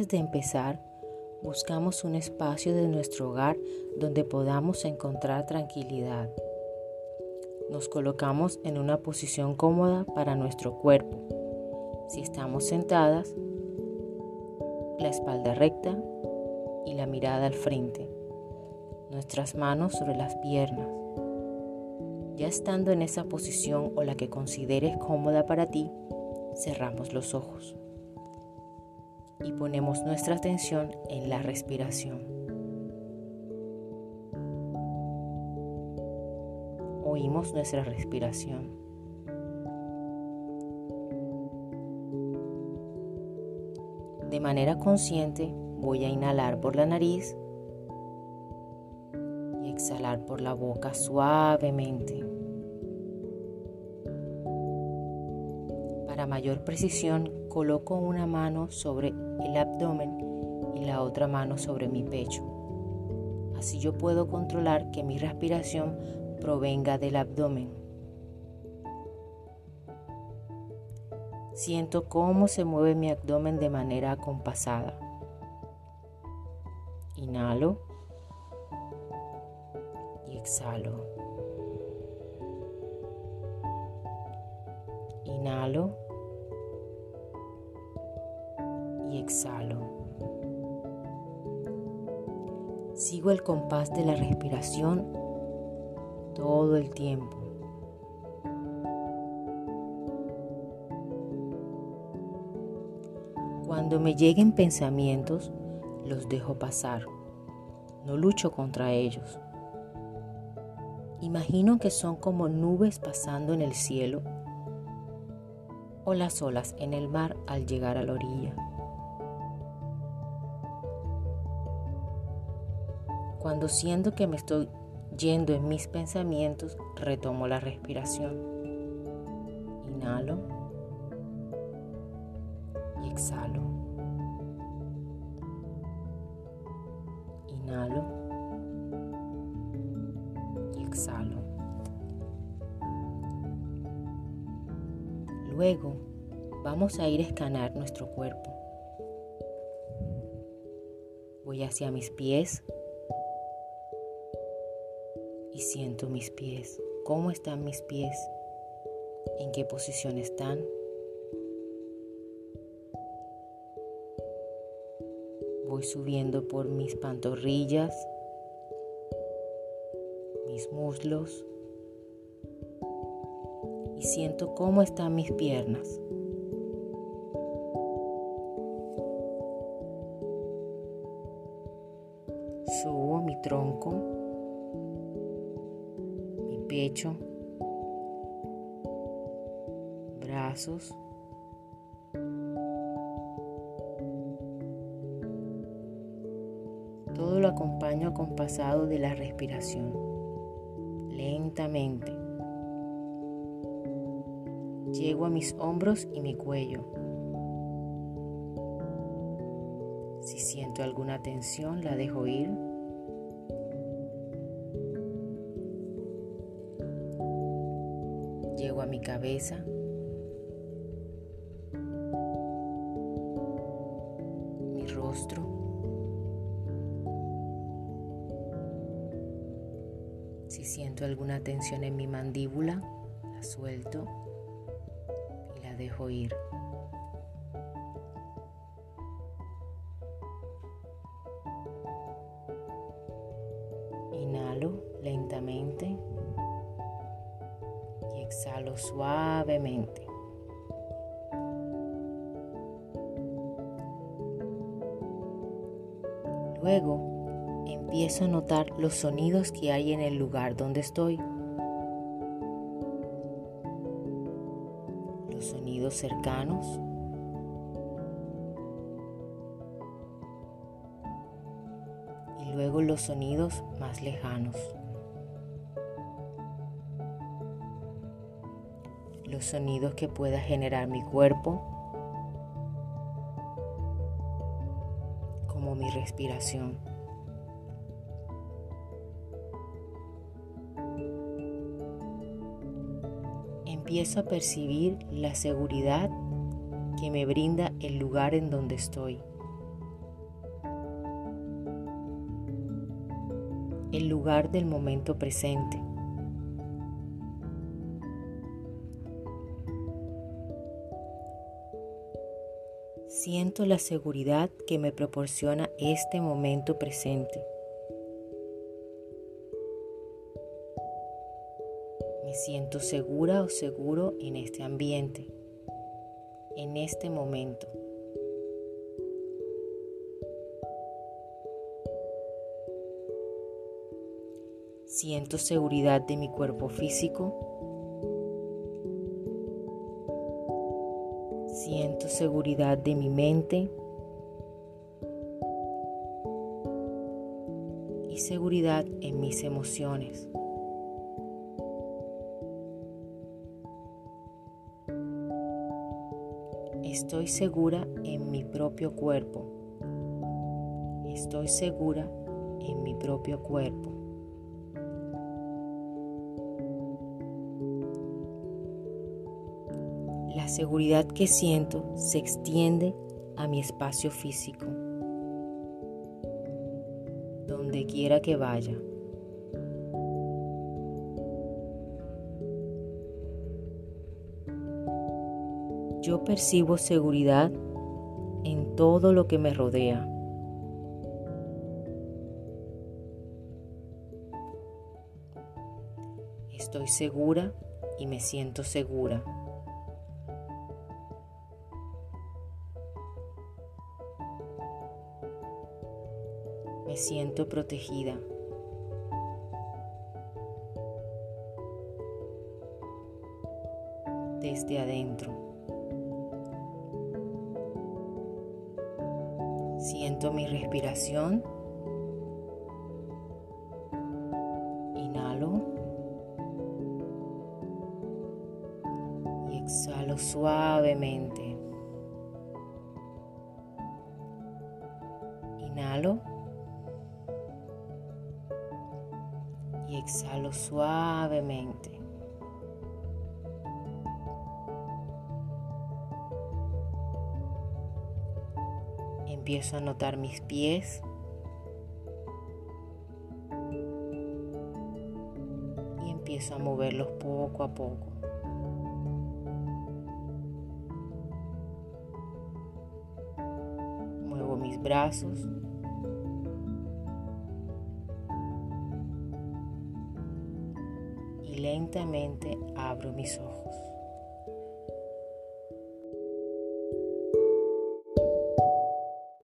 Antes de empezar, buscamos un espacio de nuestro hogar donde podamos encontrar tranquilidad. Nos colocamos en una posición cómoda para nuestro cuerpo. Si estamos sentadas, la espalda recta y la mirada al frente. Nuestras manos sobre las piernas. Ya estando en esa posición o la que consideres cómoda para ti, cerramos los ojos y ponemos nuestra atención en la respiración. Oímos nuestra respiración. De manera consciente voy a inhalar por la nariz y exhalar por la boca suavemente. Para mayor precisión, coloco una mano sobre el abdomen y la otra mano sobre mi pecho. Así yo puedo controlar que mi respiración provenga del abdomen. Siento cómo se mueve mi abdomen de manera acompasada. Inhalo y exhalo. Inhalo y exhalo. Sigo el compás de la respiración todo el tiempo. Cuando me lleguen pensamientos, los dejo pasar. No lucho contra ellos. Imagino que son como nubes pasando en el cielo o las olas en el mar al llegar a la orilla. Cuando siento que me estoy yendo en mis pensamientos, retomo la respiración. Inhalo y exhalo. Inhalo y exhalo. Luego vamos a ir a escanear nuestro cuerpo. Voy hacia mis pies y siento mis pies. ¿Cómo están mis pies? ¿En qué posición están? Voy subiendo por mis pantorrillas, mis muslos y siento cómo están mis piernas. Subo mi tronco, mi pecho, brazos, todo lo acompaño acompasado de la respiración, lentamente. Llego a mis hombros y mi cuello. Si siento alguna tensión, la dejo ir. Llego a mi cabeza. Mi rostro. Si siento alguna tensión en mi mandíbula, la suelto y la dejo ir. Inhalo lentamente y exhalo suavemente. Luego empiezo a notar los sonidos que hay en el lugar donde estoy. Los sonidos cercanos. Y luego los sonidos más lejanos. Los sonidos que pueda generar mi cuerpo, como mi respiración. Empiezo a percibir la seguridad que me brinda el lugar en donde estoy. el lugar del momento presente. Siento la seguridad que me proporciona este momento presente. Me siento segura o seguro en este ambiente, en este momento. Siento seguridad de mi cuerpo físico. Siento seguridad de mi mente y seguridad en mis emociones. Estoy segura en mi propio cuerpo. Estoy segura en mi propio cuerpo. La seguridad que siento se extiende a mi espacio físico, donde quiera que vaya. Yo percibo seguridad en todo lo que me rodea. Estoy segura y me siento segura. Me siento protegida. Desde adentro. Siento mi respiración. Inhalo y exhalo suavemente. Inhalo y exhalo suavemente. Empiezo a notar mis pies y empiezo a moverlos poco a poco. Muevo mis brazos y lentamente abro mis ojos.